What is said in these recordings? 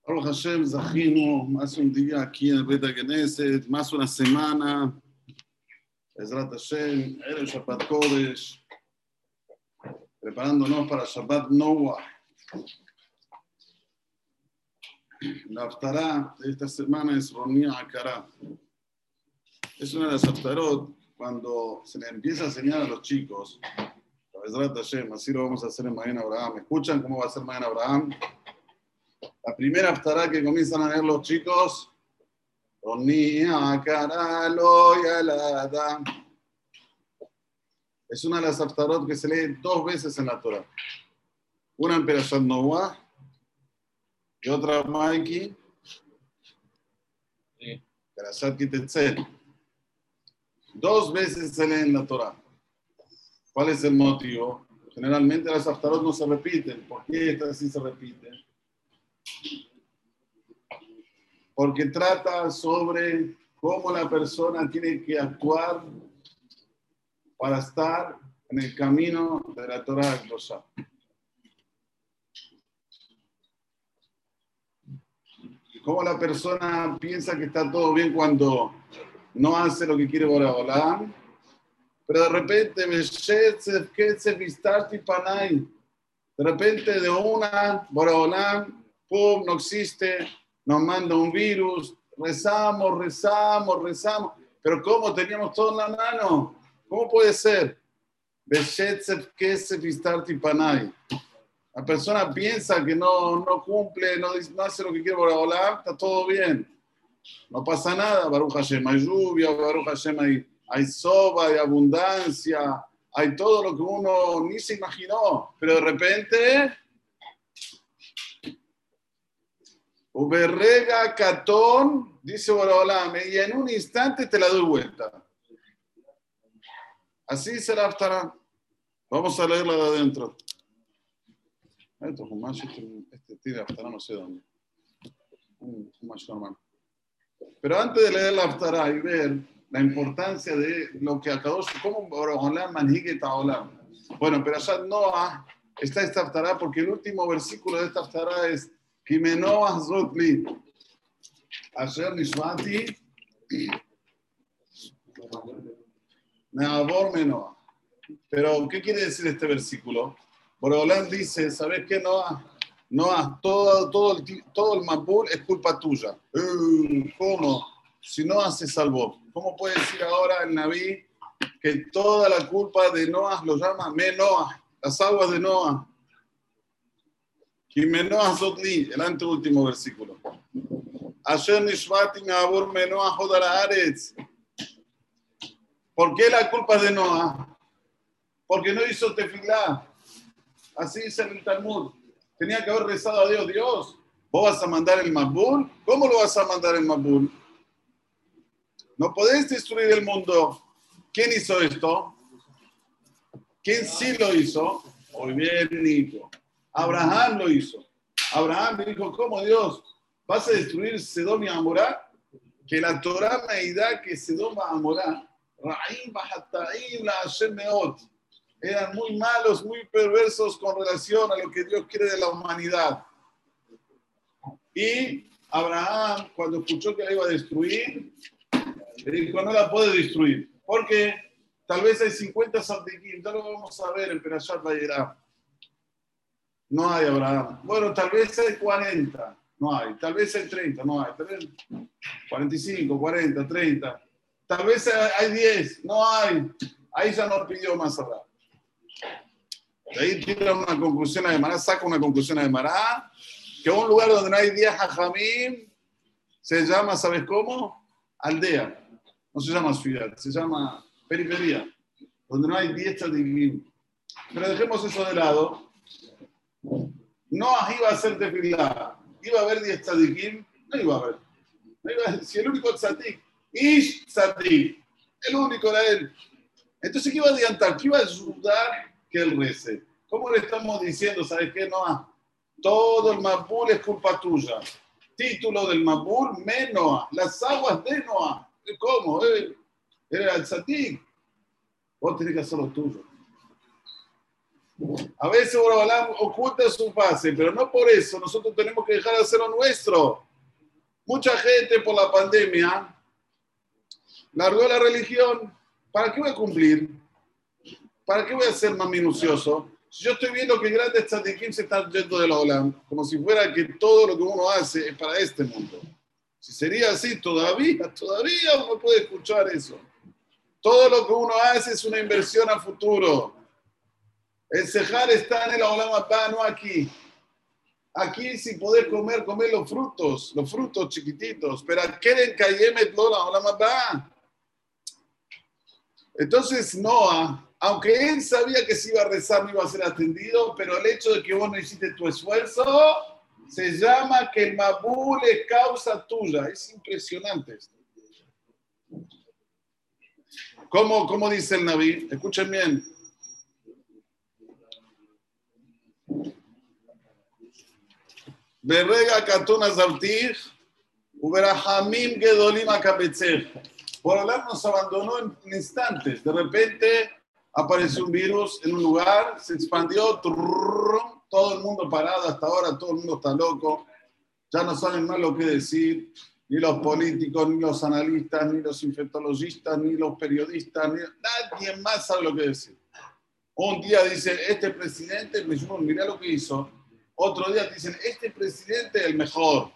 Baruch Hashem, Zahinu, más un día aquí en el Beit HaKnesset, más una semana. Ezrat Hashem, Erev Shabbat Kodesh, preparándonos para Shabbat Noah. La haftará de esta semana es Ronia Akara. Es una de las haftarot cuando se le empieza a enseñar a los chicos. Ezrat Hashem, así lo vamos a hacer en Magen Abraham. ¿Escuchan cómo va a ser Magen Abraham? La primera haftará que comienzan a leer los chicos, Ronia Akara lo yalada. Es una de las haftarot que se lee 2 veces en la Torah. Una en Perashat Noah y otra Maiki, Perashat Kitetse. 2 veces se lee en la Torah. ¿Cuál es el motivo? Generalmente las haftarot no se repiten. ¿Por qué estas sí se repiten? Porque trata sobre cómo la persona tiene que actuar para estar en el camino de la Torah Kedoshá. Cómo la persona piensa que está todo bien cuando no hace lo que quiere Borei Olam, pero de repente de repente de una Borei Olam, pum, no existe, nos manda un virus, rezamos, pero ¿cómo teníamos todo en la mano? ¿Cómo puede ser? La persona piensa que no cumple, no hace lo que quiere Borei Olam, está todo bien. No pasa nada, Baruch Hashem, hay lluvia, Baruch Hashem, hay soba, hay abundancia, hay todo lo que uno ni se imaginó. Pero de repente, Uberrega Catón, dice Borei Olam, y en un instante te la doy vuelta. Así se la haftará. Vamos a leerla de adentro. Este tiene haftará no sé dónde. Un macho normal. Pero antes de leer la haftará y ver la importancia de lo que Akadosh, cómo Borei Olam manhigue ta'olam. Bueno, pero allá Noah está esta haftará porque el último versículo de esta haftará es Kimenoah Zotli. Asher Nishmati Me'avor Menoah. Pero, ¿qué quiere decir este versículo? Borei Olam dice, ¿sabes qué, Noah? Noah, todo el Mabul es culpa tuya. ¿Cómo? Si Noah se salvó. ¿Cómo puede decir ahora el Naví que toda la culpa de Noah lo llama Menoah, las aguas de Noah? Y Menoah Zotli, el anteúltimo versículo. Asher Nishmati Me'avor Menoah Hodar Haaretz. ¿Por qué la culpa es de Noah? Porque no hizo tefilá. Así dice en el Talmud. Tenía que haber rezado a Dios. Dios, ¿vos vas a mandar el Mabul? ¿Cómo lo vas a mandar el Mabul? No podés destruir el mundo. ¿Quién hizo esto? ¿Quién sí lo hizo? Muy bien, Nico. Abraham lo hizo. Abraham le dijo, ¿cómo Dios? ¿Vas a destruir Sedom y Amorá? Que la Torah me da que Sedom y Amorá eran muy malos, muy perversos con relación a lo que Dios quiere de la humanidad. Y Abraham, cuando escuchó que la iba a destruir, le dijo, no la puede destruir, porque tal vez hay 50 Santiquín, ya lo vamos a ver en Perashat Vayera. No hay, Abraham. Bueno, tal vez hay 40, no hay. Tal vez hay 30, no hay. Tal vez 45, 40, 30. Tal vez hay 10, no hay. Ahí ya no pidió más Abraham. De ahí tira una conclusión a Demará, saca una conclusión a Demará, que un lugar donde no hay 10 hajamim se llama, ¿sabes cómo? Aldea. No se llama ciudad, se llama periferia, donde no hay 10 tzadikim. Pero dejemos eso de lado. No iba a ser tefilá, iba a haber 10 tzadikim, no iba a haber. No iba a haber. Si el único tzadik, Ish tzadik, el único era él. Entonces, ¿qué iba a adiantar? ¿Qué iba a ayudar que él rece? ¿Cómo le estamos diciendo? ¿Sabes qué, Noah? Todo el Mabul es culpa tuya. Título del Mabul, Menoah, las aguas de Noah. ¿Cómo? Era el tzadik. Vos tenés que hacer lo tuyo. A veces Borobalán oculta su fase, pero no por eso nosotros tenemos que dejar de hacer lo nuestro. Mucha gente por la pandemia largó la religión. ¿Para qué voy a cumplir? ¿Para qué voy a ser más minucioso? Si yo estoy viendo que grandes tzadikim se están yendo de la Olam, como si fuera que todo lo que uno hace es para este mundo. Si sería así, todavía uno puede escuchar eso. Todo lo que uno hace es una inversión a futuro. El cejar está en el Olam Abba, no aquí. Aquí si podés comer los frutos chiquititos. Pero quieren kayemet lo la Olam Abba. Entonces Noah, aunque él sabía que si iba a rezar no iba a ser atendido, pero el hecho de que vos no hiciste tu esfuerzo, se llama que el Mabul es causa tuya. Es impresionante esto. ¿Cómo dice el Naví? Escuchen bien. Berrega katuna zavtir, uberahamim gedolim akabetzer. Por hablar nos abandonó en instantes. De repente apareció un virus en un lugar, se expandió, todo el mundo parado hasta ahora, todo el mundo está loco. Ya no saben más lo que decir, ni los políticos, ni los analistas, ni los infectologistas, ni los periodistas, nadie más sabe lo que decir. Un día dicen, este presidente, mirá lo que hizo. Otro día te dicen, este presidente es el mejor.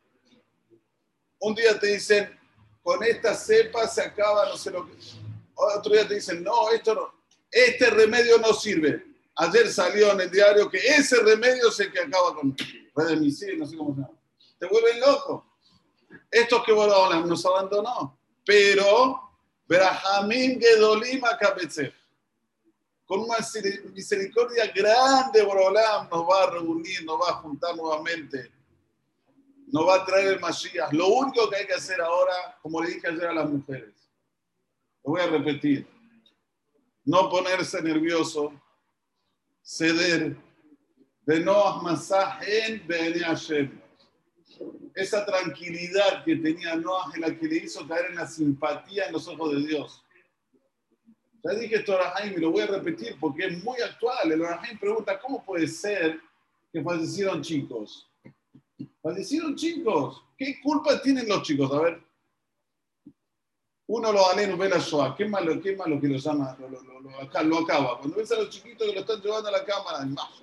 Un día te dicen, con esta cepa se acaba, no sé lo que. Otro día te dicen, no, este remedio no sirve. Ayer salió en el diario que ese remedio es el que acaba con redemicil, no sé cómo se llama. Te vuelven loco. Estos que Borobalán nos abandonó. Pero, Berajamim Gedolim Akabetzer. Con una misericordia grande, Borobalán nos va a reunir, nos va a juntar nuevamente. Nos va a traer el Mashiach. Lo único que hay que hacer ahora, como le dije ayer a las mujeres, lo voy a repetir, no ponerse nervioso, ceder, de no asmasajen de Hashem. Esa tranquilidad que tenía Noah es la que le hizo caer en la simpatía en los ojos de Dios. Ya dije esto a Rahaim y lo voy a repetir porque es muy actual. El Rahaim pregunta, ¿cómo puede ser que fallecieron chicos? Fallecieron chicos. ¿Qué culpa tienen los chicos? A ver. Uno lo aleno ve la Shoah. Qué malo que lo llama, lo acaba. Cuando ves a los chiquitos que lo están llevando a la cámara,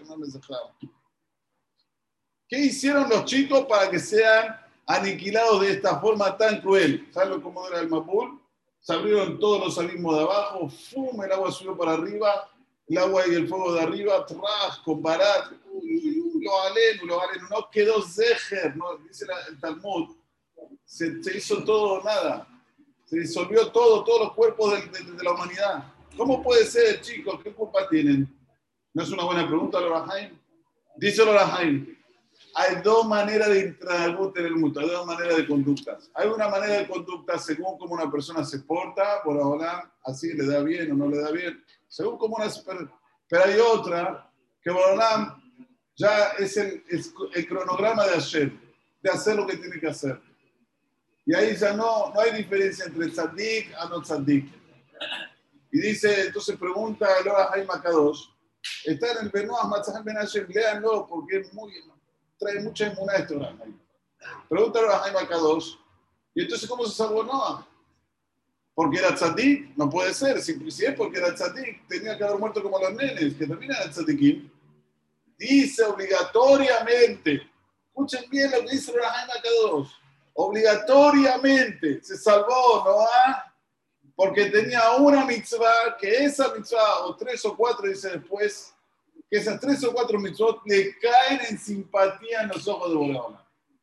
¿qué hicieron los chicos para que sean aniquilados de esta forma tan cruel? ¿Saben cómo era el Mapul? Se abrieron todos los abismos de abajo, ¡fum! El agua subió para arriba, el agua y el fuego de arriba, ¡traj! Comparar, lo aleno, no quedó zeher, ¿no? Dice el Talmud, se hizo todo nada, se disolvió todos los cuerpos de la humanidad. ¿Cómo puede ser, chicos? ¿Qué culpa tienen? ¿No es una buena pregunta, Lora Haim? Dice Lora Haim. Hay dos maneras de intragut en el mundo, hay dos maneras de conductas. Hay una manera de conducta según cómo una persona se porta, por ahora, así le da bien o no le da bien, según cómo pero hay otra que por ahora ya es el cronograma de Hashem, de hacer lo que tiene que hacer. Y ahí ya no hay diferencia entre tzaddik y no tzaddik. Y dice, entonces pregunta a Lora Haim Akadosh, está en el Benoah Matzahem Ben Hashem, léanlo porque es trae mucha inmunidad este Rahaim. Pregúntale a Rahaim Akadosh. ¿Y entonces cómo se salvó Noah? ¿Porque era tzadik? No puede ser. Si es porque era tzadik, tenía que haber muerto como los nenes, que terminan el tzadikim. Dice obligatoriamente. Escuchen bien lo que dice Rahaim Akadosh. Obligatoriamente se salvó Noah porque tenía una mitzvah, que esa mitzvah, o 3 o 4, dice después, que esas 3 o 4 mitzvot le caen en simpatía en los ojos de Boreola.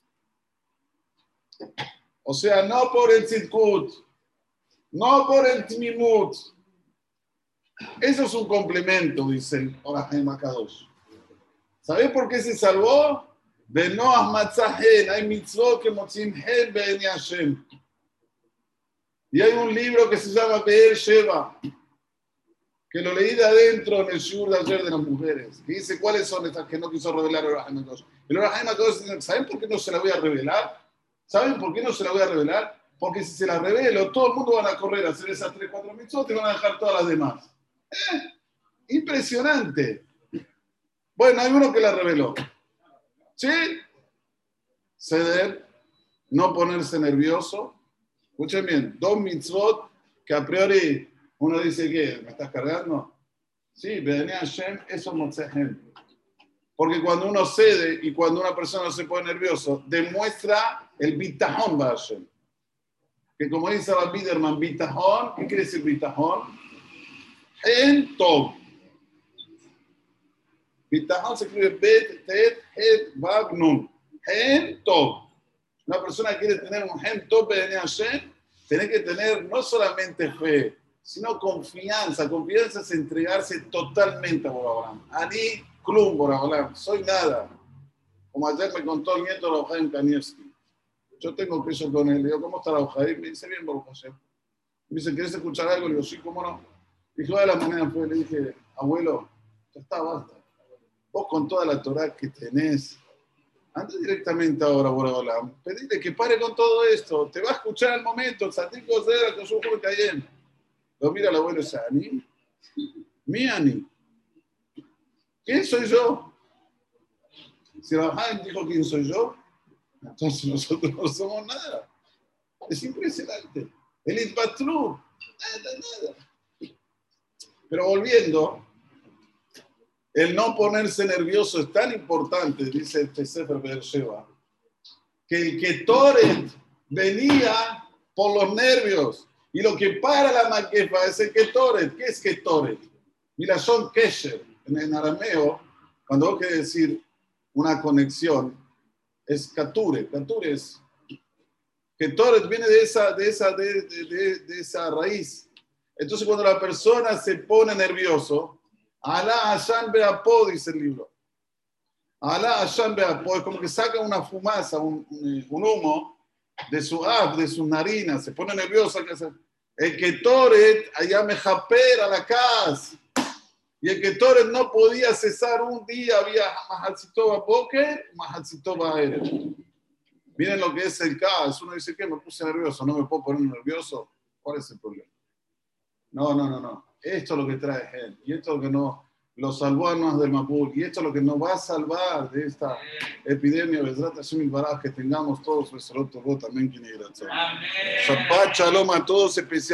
O sea, no por el tzidkut, no por el tmimut. Eso es un complemento, dice el Orahaim Akadosh. ¿Sabés por qué se salvó? De Noah Matzahen, hay mitzvot que motzim hen be'eni Hashem. Y hay un libro que se llama Be'er Sheva, que lo leí de adentro en el shiur de ayer de las mujeres, que dice cuáles son estas que no quiso revelar el Orahaim Akadosh. El Orahaim Akadosh, ¿saben por qué no se la voy a revelar? ¿Saben por qué no se la voy a revelar? Porque si se la revelo, todo el mundo van a correr a hacer esas 3, 4 mitzvot y van a dejar todas las demás. Impresionante. Bueno, hay uno que la reveló. ¿Sí? Ceder, no ponerse nervioso. Escuchen bien, 2 mitzvot que a priori uno dice que ¿me estás cargando? Sí, Be'enei Hashem, eso Motzehem. Porque cuando uno cede y cuando una persona se pone nervioso, demuestra el bitahon ba Hashem. Que como dice Rabbi Biderman, bitahon, ¿qué quiere decir bitahon? En tov. Bitahon se escribe bet, tet, het, vav, nun. En tov. Una persona que quiere tener un en tov Be'enei Hashem, tiene que tener no solamente fe, sino confianza. Confianza es entregarse totalmente a Boraholam. Ani klum Boraholam, soy nada. Como ayer me contó el nieto de Rafael Kanievski. Yo tengo queso con él. Le digo, ¿cómo está Rafael? Me dice, bien, Baruch Hashem. Me dice, ¿quieres escuchar algo? Le digo, sí, ¿cómo no? Dijo, de la manera fue. Le dije, abuelo, ya está, basta. Vos con toda la Torah que tenés, anda directamente ahora, Boraholam. Pedile que pare con todo esto. Te va a escuchar al momento. Santico Zera, que yo juro que hay. Lo mira el abuelo y dice, ¿Ani? ¿Mi Ani? ¿Quién soy yo? Si Rafael dijo quién soy yo, entonces nosotros no somos nada. Es impresionante. El Itbatru, nada. Pero volviendo, el no ponerse nervioso es tan importante, dice este Sefer Beersheba, que el Ketoret venía por los nervios. Y lo que para la maquefa es el Ketoret. ¿Qué es Ketoret? Milashon Kesher. En arameo, cuando vos querés decir una conexión, es Kature. Kature es Ketoret, viene de esa raíz. Entonces, cuando la persona se pone nervioso, Alá Hashan Be'apo, dice el libro. Alá Hashan Be'apo, es como que saca una fumaza, un humo de su de sus narinas, se pone nervioso. El Ketoret, allá me japer a la casa. Y el Ketoret no podía cesar un día, había Mahatzitoba Boker, Mahatzitoba Erev. Miren lo que es el caos. Uno dice, ¿qué? Me puse nervioso, no me puedo poner nervioso. ¿Cuál es el problema? No. Esto es lo que trae él. Y esto es lo que lo salvó a Noas del Mapul. Y esto es lo que nos va a salvar de esta epidemia. Bezrat Hashem Yitbaraj, que tengamos todos nuestro otro también. Shabbat Shalom a todos, especialmente.